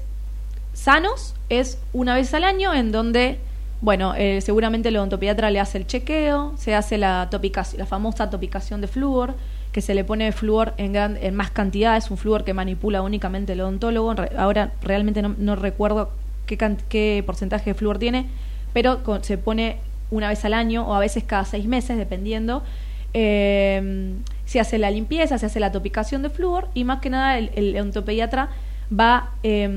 sanos es una vez al año, en donde, bueno, seguramente el odontopediatra le hace el chequeo, se hace la famosa topicación de flúor, que se le pone flúor en más cantidad, es un flúor que manipula únicamente el odontólogo. Ahora realmente no recuerdo qué porcentaje de flúor tiene, pero se pone una vez al año o a veces cada 6 meses, dependiendo. Se hace la limpieza, se hace la topicación de flúor y más que nada el odontopediatra va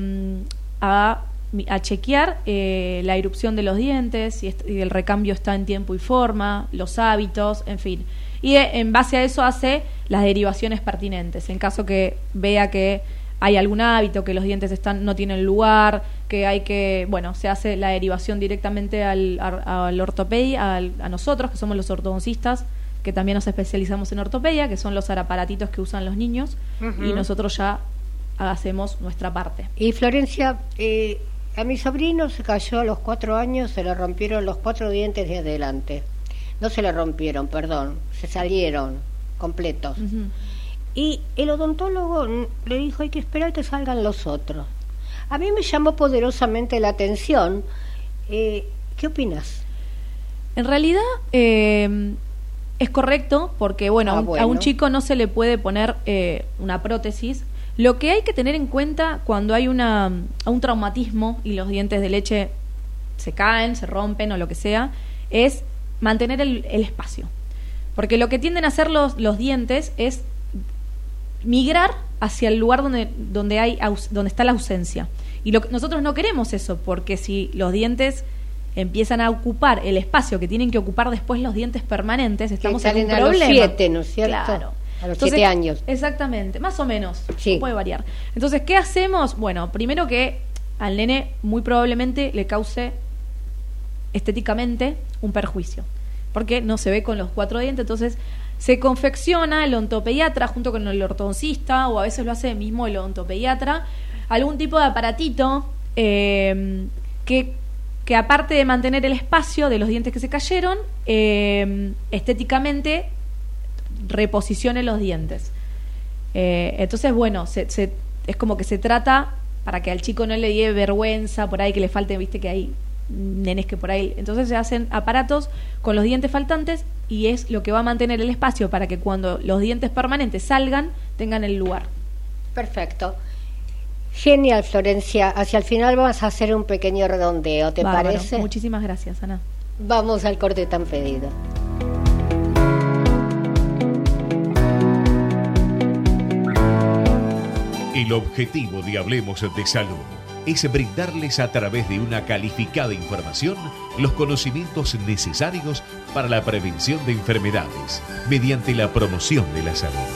a chequear la erupción de los dientes, si el recambio está en tiempo y forma, los hábitos, en fin. Y en base a eso hace las derivaciones pertinentes. En caso que vea que hay algún hábito, que los dientes no tienen lugar, que hay que, se hace la derivación directamente al ortopedia, a nosotros, que somos los ortodoncistas, que también nos especializamos en ortopedia, que son los aparatitos que usan los niños, y nosotros ya hacemos nuestra parte. Y Florencia, a mi sobrino se cayó a los 4 años, se le rompieron los 4 dientes de adelante. No se le rompieron, perdón, se salieron completos. Y el odontólogo le dijo, hay que esperar que salgan los otros. A mí me llamó poderosamente la atención. ¿Qué opinas? En realidad es correcto, porque a un chico no se le puede poner una prótesis. Lo que hay que tener en cuenta cuando hay un traumatismo y los dientes de leche se caen, se rompen o lo que sea, es mantener el espacio. Porque lo que tienden a hacer los dientes es migrar hacia el lugar donde está la ausencia. Y nosotros no queremos eso, porque si los dientes empiezan a ocupar el espacio que tienen que ocupar después los dientes permanentes, estamos en un problema. A los 7, ¿no es cierto? Claro. A los 7 años. Exactamente, más o menos. Sí. Puede variar. Entonces, ¿qué hacemos? Bueno, primero que al nene muy probablemente le cause estéticamente un perjuicio, porque no se ve con los 4 dientes. Entonces se confecciona el odontopediatra junto con el ortodoncista, o a veces lo hace mismo el odontopediatra, algún tipo de aparatito que aparte de mantener el espacio de los dientes que se cayeron, estéticamente reposicione los dientes. Entonces, es como que se trata para que al chico no le dé vergüenza por ahí que le falte, viste que hay nenes que por ahí, entonces se hacen aparatos con los dientes faltantes y es lo que va a mantener el espacio para que cuando los dientes permanentes salgan tengan el lugar. Perfecto. Genial, Florencia. Hacia el final vamos a hacer un pequeño redondeo, ¿te parece? Muchísimas gracias, Ana. Vamos al corte tan pedido. El objetivo de Hablemos de Salud es brindarles a través de una calificada información los conocimientos necesarios para la prevención de enfermedades mediante la promoción de la salud.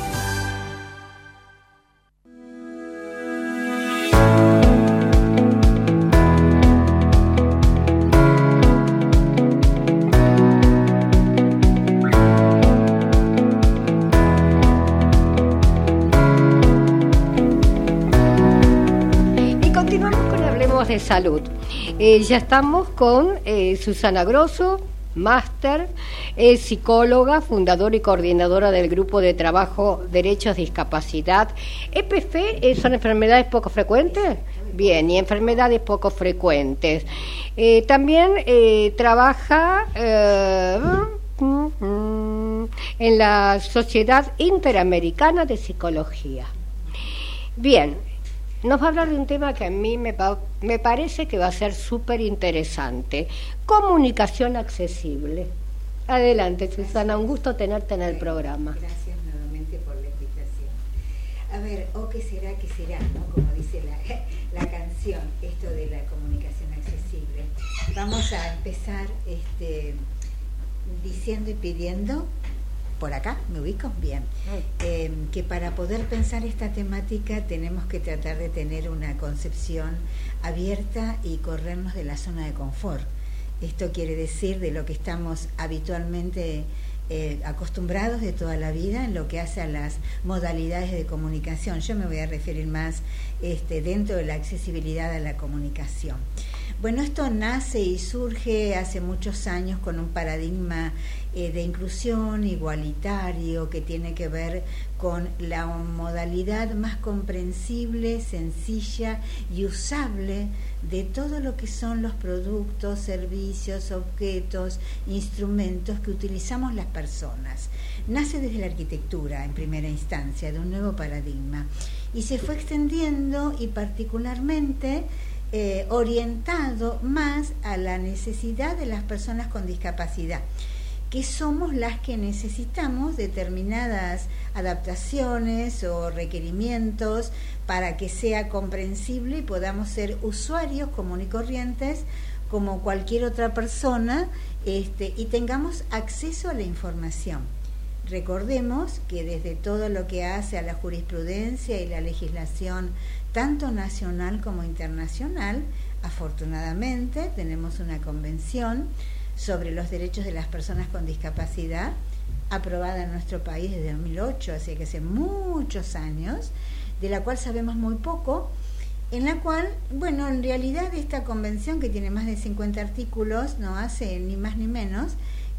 De salud. Ya estamos con Susana Grosso, máster, psicóloga, fundadora y coordinadora del Grupo de Trabajo Derechos Discapacidad. ¿EPF son enfermedades poco frecuentes? Bien, y enfermedades poco frecuentes. También trabaja en la Sociedad Interamericana de Psicología. Bien. Nos va a hablar de un tema que a mí me parece que va a ser súper interesante. Comunicación accesible. Adelante, Susana, un gusto tenerte en el programa. Gracias nuevamente por la invitación. A ver, qué será, ¿no? Como dice la canción, esto de la comunicación accesible. Vamos a empezar diciendo y pidiendo, por acá, ¿me ubico? Bien. Que para poder pensar esta temática tenemos que tratar de tener una concepción abierta y corrernos de la zona de confort. Esto quiere decir de lo que estamos habitualmente acostumbrados de toda la vida en lo que hace a las modalidades de comunicación. Yo me voy a referir más dentro de la accesibilidad a la comunicación. Bueno, esto nace y surge hace muchos años con un paradigma de inclusión igualitario que tiene que ver con la modalidad más comprensible, sencilla y usable de todo lo que son los productos, servicios, objetos, instrumentos que utilizamos las personas. Nace desde la arquitectura en primera instancia, de un nuevo paradigma, y se fue extendiendo y particularmente orientado más a la necesidad de las personas con discapacidad, que somos las que necesitamos determinadas adaptaciones o requerimientos para que sea comprensible y podamos ser usuarios comunes y corrientes como cualquier otra persona, y tengamos acceso a la información. Recordemos que desde todo lo que hace a la jurisprudencia y la legislación, tanto nacional como internacional, afortunadamente tenemos una convención sobre los derechos de las personas con discapacidad, aprobada en nuestro país desde 2008, así que hace muchos años, de la cual sabemos muy poco, en la cual, bueno, en realidad esta convención, que tiene más de 50 artículos, no hace ni más ni menos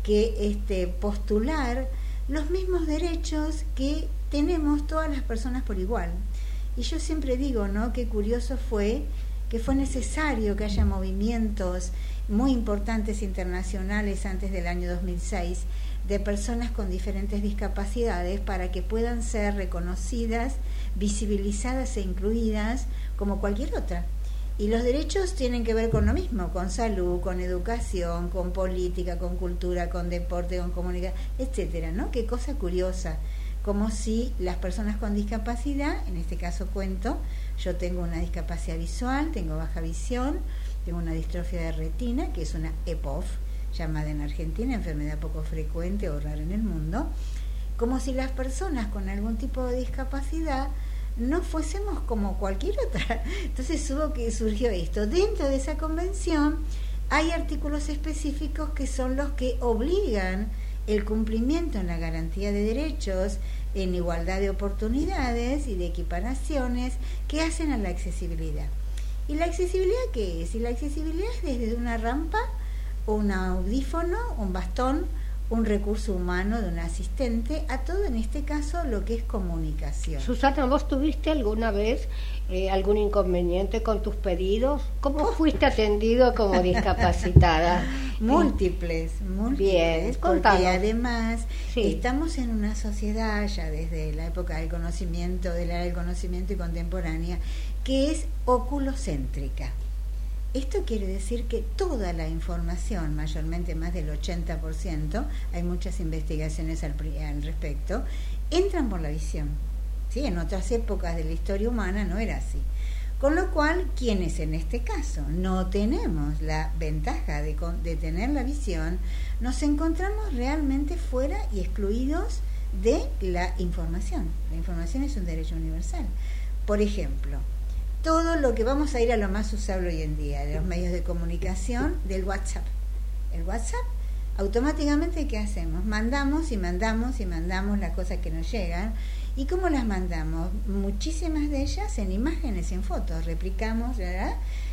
que postular los mismos derechos que tenemos todas las personas por igual. Y yo siempre digo, ¿no?, qué curioso fue que fue necesario que haya movimientos muy importantes internacionales antes del año 2006 de personas con diferentes discapacidades para que puedan ser reconocidas, visibilizadas e incluidas como cualquier otra. Y los derechos tienen que ver con lo mismo, con salud, con educación, con política, con cultura, con deporte, con comunicación, etcétera, ¿no? Qué cosa curiosa, como si las personas con discapacidad, en este caso cuento, yo tengo una discapacidad visual, tengo baja visión, tengo una distrofia de retina, que es una EPOF, llamada en Argentina enfermedad poco frecuente o rara en el mundo, como si las personas con algún tipo de discapacidad no fuésemos como cualquier otra. Entonces surgió esto. Dentro de esa convención hay artículos específicos que son los que obligan el cumplimiento en la garantía de derechos, en igualdad de oportunidades y de equiparaciones que hacen a la accesibilidad. ¿Y la accesibilidad qué es? Y la accesibilidad es desde una rampa, un audífono, un bastón, un recurso humano de un asistente, a todo en este caso lo que es comunicación. Susana, ¿vos tuviste alguna vez algún inconveniente con tus pedidos? ¿Cómo fuiste atendido como discapacitada? Múltiples, Bien, porque contanos. Además Sí. estamos en una sociedad ya desde la época del conocimiento, de la era del conocimiento y contemporánea, que es oculocéntrica. Esto quiere decir que toda la información, mayormente más del 80%, hay muchas investigaciones al respecto, entran por la visión. ¿Sí? En otras épocas de la historia humana no era así. Con lo cual, quienes en este caso no tenemos la ventaja de tener la visión, nos encontramos realmente fuera y excluidos de la información. La información es un derecho universal. Por ejemplo, todo lo que vamos a ir a lo más usable hoy en día, de los medios de comunicación, del WhatsApp. El WhatsApp, automáticamente, ¿qué hacemos? Mandamos y mandamos y mandamos las cosas que nos llegan. ¿Y cómo las mandamos? Muchísimas de ellas en imágenes y en fotos, replicamos, ¿verdad?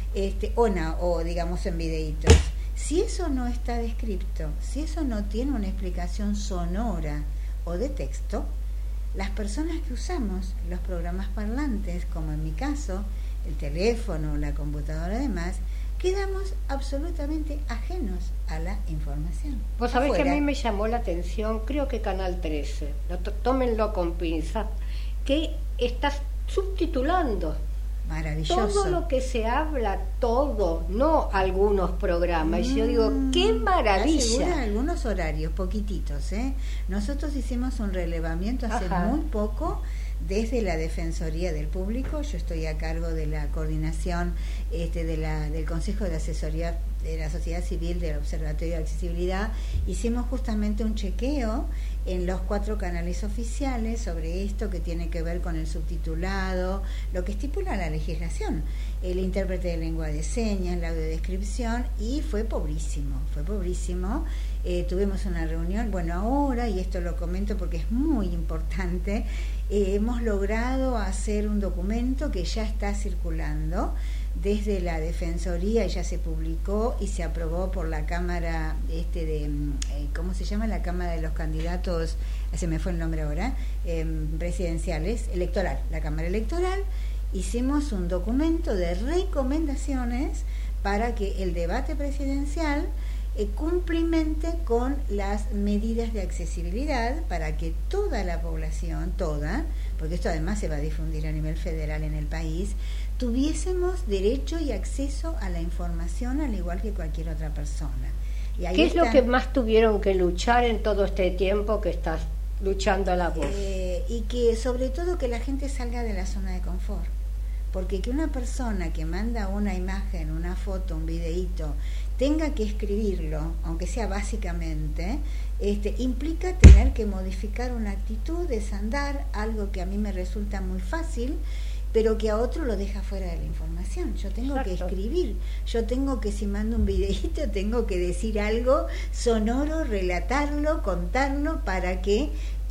O digamos en videitos. Si eso no está descrito, si eso no tiene una explicación sonora o de texto, las personas que usamos los programas parlantes, como en mi caso, el teléfono, la computadora, además, quedamos absolutamente ajenos a la información. Vos sabés que a mí me llamó la atención, creo que Canal 13, tómenlo con pinzas, que estás subtitulando. Maravilloso. Todo lo que se habla, todo, no algunos programas. Y yo digo, qué maravilla. Asegura algunos horarios, poquititos, ¿eh? Nosotros hicimos un relevamiento hace muy poco desde la Defensoría del Público. Yo estoy a cargo de la coordinación del Consejo de Asesoría de la Sociedad Civil del Observatorio de Accesibilidad. Hicimos justamente un chequeo en los 4 canales oficiales sobre esto que tiene que ver con el subtitulado, lo que estipula la legislación, el intérprete de lengua de señas, la audiodescripción, y fue pobrísimo. Tuvimos una reunión, bueno, ahora, y esto lo comento porque es muy importante, hemos logrado hacer un documento que ya está circulando desde la Defensoría, y ya se publicó y se aprobó por la Cámara ¿cómo se llama? La Cámara de los Candidatos, se me fue el nombre ahora, presidenciales, electoral, la Cámara Electoral. Hicimos un documento de recomendaciones para que el debate presidencial cumplimente con las medidas de accesibilidad para que toda la población, porque esto además se va a difundir a nivel federal en el país, tuviésemos derecho y acceso a la información al igual que cualquier otra persona. Y ahí ¿Qué es lo que más tuvieron que luchar en todo este tiempo que estás luchando a la voz? Y que sobre todo que la gente salga de la zona de confort, porque que una persona que manda una imagen, una foto, un videíto, tenga que escribirlo, aunque sea básicamente, implica tener que modificar una actitud, desandar algo que a mí me resulta muy fácil, pero que a otro lo deja fuera de la información. Yo tengo que escribir, yo tengo que, si mando un videíto, tengo que decir algo sonoro, relatarlo, contarlo, para que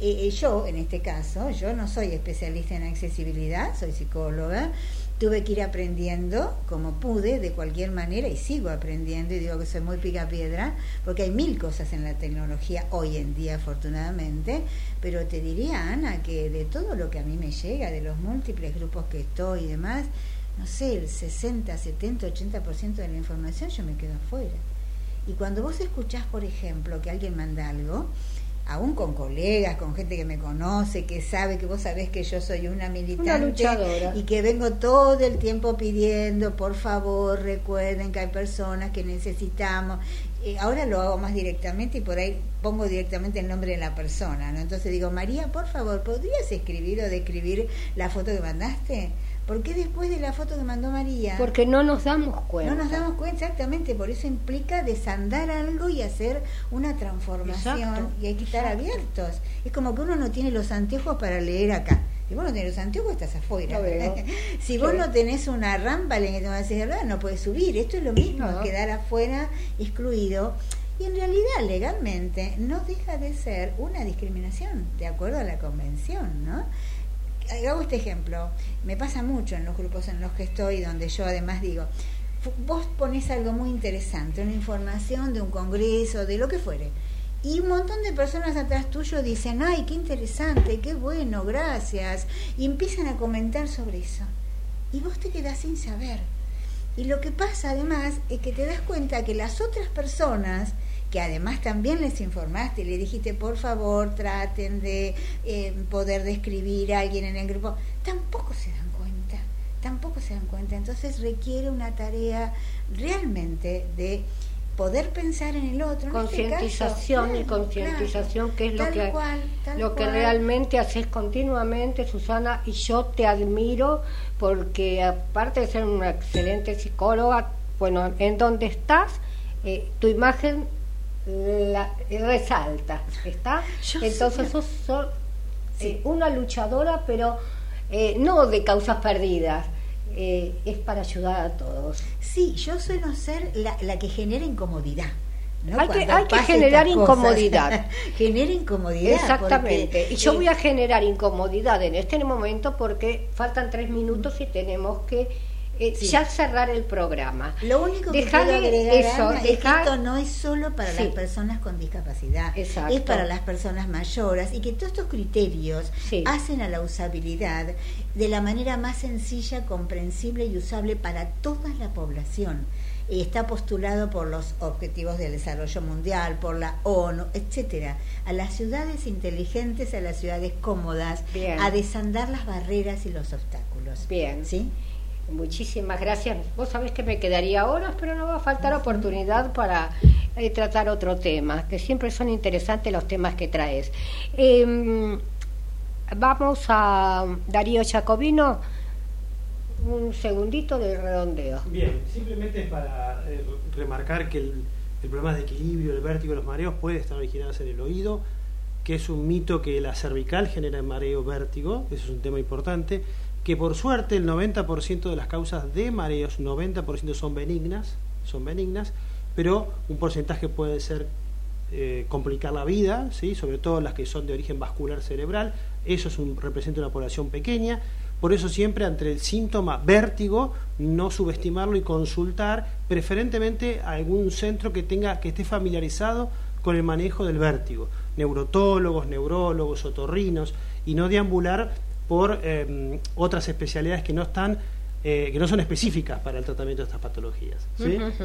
yo, en este caso, yo no soy especialista en accesibilidad, soy psicóloga, tuve que ir aprendiendo como pude, de cualquier manera, y sigo aprendiendo, y digo que soy muy picapiedra, porque hay 1000 cosas en la tecnología hoy en día, afortunadamente, pero te diría, Ana, que de todo lo que a mí me llega, de los múltiples grupos que estoy y demás, no sé, el 60, 70, 80% de la información yo me quedo afuera. Y cuando vos escuchás, por ejemplo, que alguien manda algo, aún con colegas, con gente que me conoce, que sabe que vos sabés que yo soy una militante, una luchadora, y que vengo todo el tiempo pidiendo, por favor, recuerden que hay personas que necesitamos. Ahora lo hago más directamente y por ahí pongo directamente el nombre de la persona, ¿no? Entonces digo, María, por favor, ¿podrías escribir o describir la foto que mandaste? ¿Por qué después de la foto que mandó María? Porque no nos damos cuenta. No nos damos cuenta, exactamente, por eso implica desandar algo y hacer una transformación. Exacto. Y hay que estar abiertos. Es como que uno no tiene los anteojos para leer acá. Si vos no tenés los anteojos, estás afuera. Si vos no tenés una rampa en que te vas a decir, no puedes subir. Esto es lo mismo, quedar afuera, excluido. Y en realidad, legalmente, no deja de ser una discriminación, de acuerdo a la convención, ¿no? Hago este ejemplo, me pasa mucho en los grupos en los que estoy, donde yo además digo, vos ponés algo muy interesante, una información de un congreso, de lo que fuere, y un montón de personas atrás tuyo dicen, ay, qué interesante, qué bueno, gracias, y empiezan a comentar sobre eso, y vos te quedás sin saber. Y lo que pasa además es que te das cuenta que las otras personas, que además también les informaste y le dijiste, por favor, traten de poder describir a alguien en el grupo, tampoco se dan cuenta. Entonces requiere una tarea realmente de poder pensar en el otro. Concientización, que es lo que realmente haces continuamente, Susana, y yo te admiro porque aparte de ser una excelente psicóloga, bueno, en donde estás, tu imagen resalta, ¿está? Entonces sos una luchadora, pero no de causas perdidas, es para ayudar a todos. Sí, yo suelo ser la que genera incomodidad, ¿no? Hay que generar incomodidad. Genera incomodidad. Exactamente. Porque, y yo voy a generar incomodidad en este momento porque faltan 3 minutos y tenemos que ya cerrar el programa. Lo único que quiero agregar, Ana, es que esto no es solo para las personas con discapacidad, es para las personas mayores, y que todos estos criterios hacen a la usabilidad de la manera más sencilla, comprensible y usable para toda la población. Está postulado por los Objetivos del Desarrollo Mundial, por la ONU, etcétera, a las ciudades inteligentes, a las ciudades cómodas, a desandar las barreras y los obstáculos. Bien. ¿Sí? Muchísimas gracias. Vos sabés que me quedaría horas, pero no va a faltar oportunidad para tratar otro tema, que siempre son interesantes los temas que traes. Vamos a Darío Jacobino, un segundito de redondeo. Bien, simplemente para remarcar que el problema de equilibrio, el vértigo, los mareos puede estar originados en el oído, que es un mito que la cervical genera mareo, vértigo, eso es un tema importante, que por suerte el 90% de las causas de mareos, 90% son benignas, pero un porcentaje puede ser complicar la vida, ¿sí? Sobre todo las que son de origen vascular cerebral, eso representa una población pequeña, por eso siempre ante el síntoma vértigo, no subestimarlo y consultar preferentemente a algún centro que esté familiarizado con el manejo del vértigo, neurotólogos, neurólogos, otorrinos, y no deambular por otras especialidades que no son específicas para el tratamiento de estas patologías, ¿sí?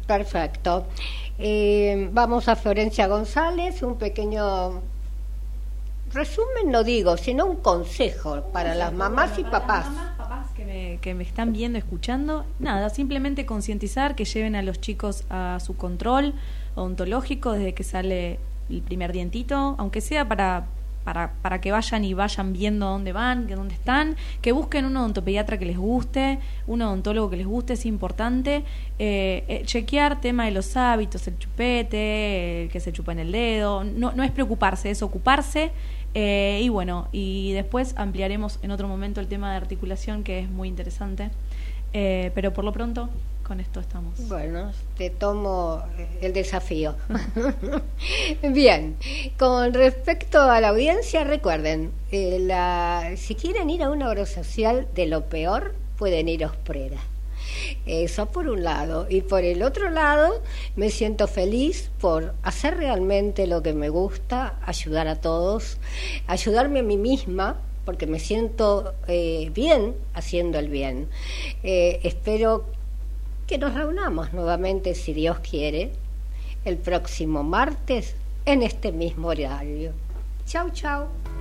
Perfecto. Vamos a Florencia González, un pequeño resumen, no digo, sino un consejo para las mamás y papás. Las mamás, papás que me están viendo, escuchando, nada, simplemente concientizar que lleven a los chicos a su control odontológico desde que sale el primer dientito, aunque sea para que vayan viendo dónde van, dónde están, que busquen un odontopediatra que les guste, un odontólogo que les guste, es importante. Chequear tema de los hábitos, el chupete, el que se chupa en el dedo, no es preocuparse, es ocuparse. Y bueno, y después ampliaremos en otro momento el tema de articulación, que es muy interesante. Pero por lo pronto, con esto estamos. Bueno, te tomo el desafío. Bien, con respecto a la audiencia, recuerden, si quieren ir a una obra social de lo peor, pueden ir a Osprera. Eso por un lado. Y por el otro lado, me siento feliz por hacer realmente lo que me gusta, ayudar a todos, ayudarme a mí misma, porque me siento bien haciendo el bien. Espero que nos reunamos nuevamente, si Dios quiere, el próximo martes en este mismo horario. Chau, chau.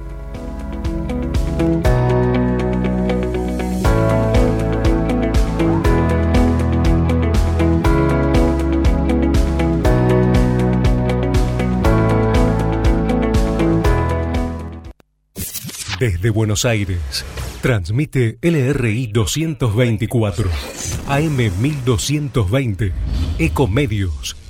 Desde Buenos Aires, transmite LRI 224, AM 1220, Ecomedios.